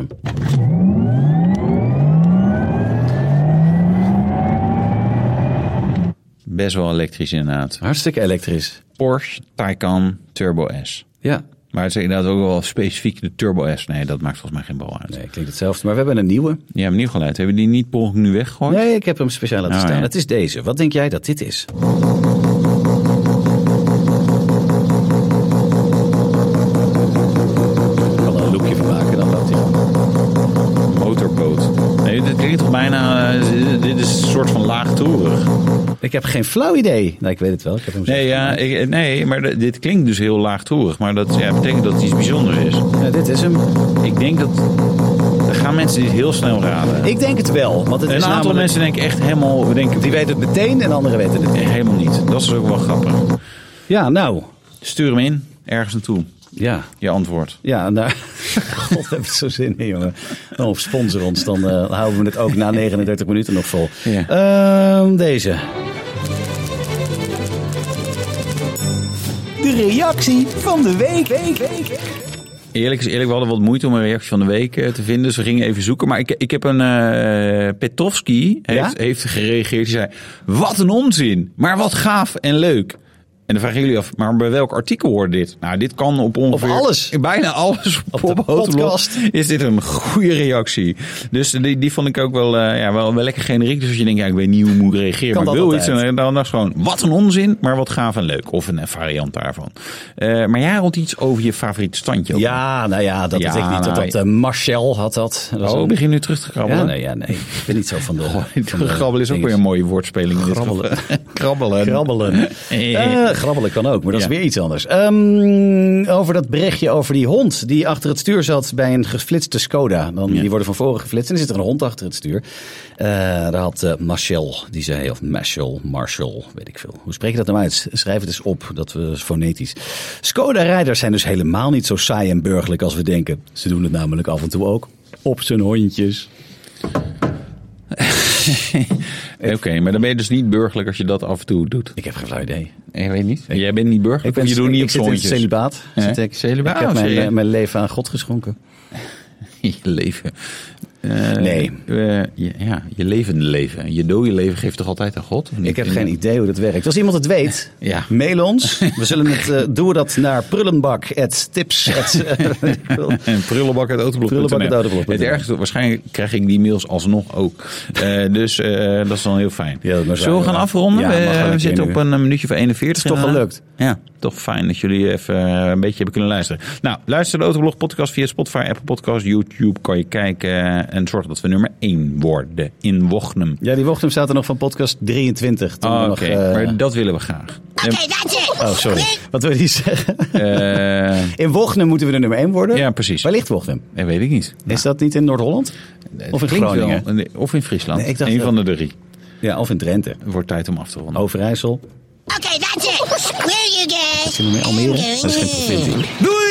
Best wel elektrisch inderdaad. Hartstikke elektrisch. Porsche Taycan Turbo S. Ja. Maar het is inderdaad ook wel specifiek de Turbo S. Nee, dat maakt volgens mij geen bal uit. Nee, klinkt hetzelfde. Maar we hebben een nieuwe. Je hebt een nieuw geluid. Hebben we die niet per ongeluk nu weggegooid? Nee, ik heb hem speciaal laten staan. Ja. Het is deze. Wat denk jij dat dit is? Ik kan er een loopje van maken, dan loopt hij gewoon. Motorboot. Nee, dit klinkt toch bijna... dit is een soort van laagtoerig. Ik heb geen flauw idee. Nou, ik weet het wel. Ik heb hem Nee, maar dit klinkt dus heel laagtoerig. Maar dat betekent dat het iets bijzonders is. Ja, dit is hem. Ik denk dat... Er gaan mensen dit heel snel raden. Ik denk het wel. Want het Een is aantal namelijk... mensen denken echt helemaal... Die weten het meteen en anderen weten het niet. Helemaal niet. Dat is ook wel grappig. Ja, nou. Stuur hem in. Ergens naartoe. Ja. Je antwoord. Ja, nou... God, heb ik zo zin in, jongen. Of sponsor ons, dan houden we het ook na 39 minuten nog vol. Ja. Deze. De reactie van de week. Eerlijk is eerlijk, we hadden wat moeite om een reactie van de week te vinden. Dus we gingen even zoeken. Maar ik heb een... Petrovski heeft gereageerd. Die zei, wat een onzin. Maar wat gaaf en leuk. En dan vragen jullie af, maar bij welk artikel hoort dit? Nou, dit kan op ongeveer... Op alles. Bijna alles Op de Autoblog podcast. is dit een goede reactie. Dus die vond ik ook wel lekker generiek. Dus als je denkt, ik weet niet hoe ik moet reageren. Kan maar ik dat wil altijd. iets. En dan dacht gewoon, wat een onzin, maar wat gaaf en leuk. Of een variant daarvan. Maar jij had iets over je favoriete standje. Ook. Ja, nou ja, dat weet ik niet. Dat Marcel had dat. Dat was Oh, een- begin nu terug te krabbelen. Ja, nee. Ik ben niet zo van de... Grabbelen is ook weer een mooie woordspeling. In dit Grabbelen. geval. Krabbelen. Grabbelen. Grabbelen kan ook, maar dat is Ja. weer iets anders. Over dat berichtje over die hond die achter het stuur zat bij een geflitste Skoda. Die worden van voren geflitst en er zit er een hond achter het stuur. Daar had Marcel, die zei, of Marshall, weet ik veel. Hoe spreek je dat nou uit? Schrijf het eens op, dat we fonetisch. Skoda-rijders zijn dus helemaal niet zo saai en burgerlijk als we denken. Ze doen het namelijk af en toe ook op zijn hondjes. Oké, maar dan ben je dus niet burgerlijk als je dat af en toe doet. Ik heb geen flauw idee. Ik weet niet. Jij bent niet burgerlijk? Of je doet niet op ik zit in zoontjes? celibaat. Ja? Zit ik. Celibaat, Ik heb of zeg je? mijn leven aan God geschonken. Je leven. Nee. Je levende leven. Je dode leven geeft toch altijd aan God? Ik heb geen idee hoe dat werkt. Als iemand het weet, Ja. mail ons. We zullen het doen dat naar prullenbak@tips. En prullenbak uit Autoblog. Het ergste, waarschijnlijk krijg ik die mails alsnog ook. Dus dat is dan heel fijn. Ja, dat is Zullen we waar, gaan ja. afronden? Ja, mag wel een We keer zitten nu. op een minuutje voor 41. Het is toch gelukt. Ja, toch fijn dat jullie even een beetje hebben kunnen luisteren. Nou, luister de Autoblog podcast via Spotify, Apple Podcast, YouTube. Kan je kijken en zorg dat we nummer 1 worden in Wochnum. Ja, die Wochnum staat er nog van podcast 23. Toen we Oké, nog, maar dat willen we graag. Okay, that's it. Oh, sorry. Wat wil je zeggen? Eh, In Wochnum moeten we de nummer 1 worden? Ja, precies. Waar ligt Wochnum? Dat weet ik niet. Is dat niet in Noord-Holland? Of in Klinkt Groningen? wel. Nee, of in Friesland. Nee, ik dacht Eén dat- van de 3. Ja, of in Drenthe. Het wordt tijd om af te ronden. Overijssel. Okay, that's it. Will you guys? Is er nog meer Almere? Dat is geen provincie. Doei!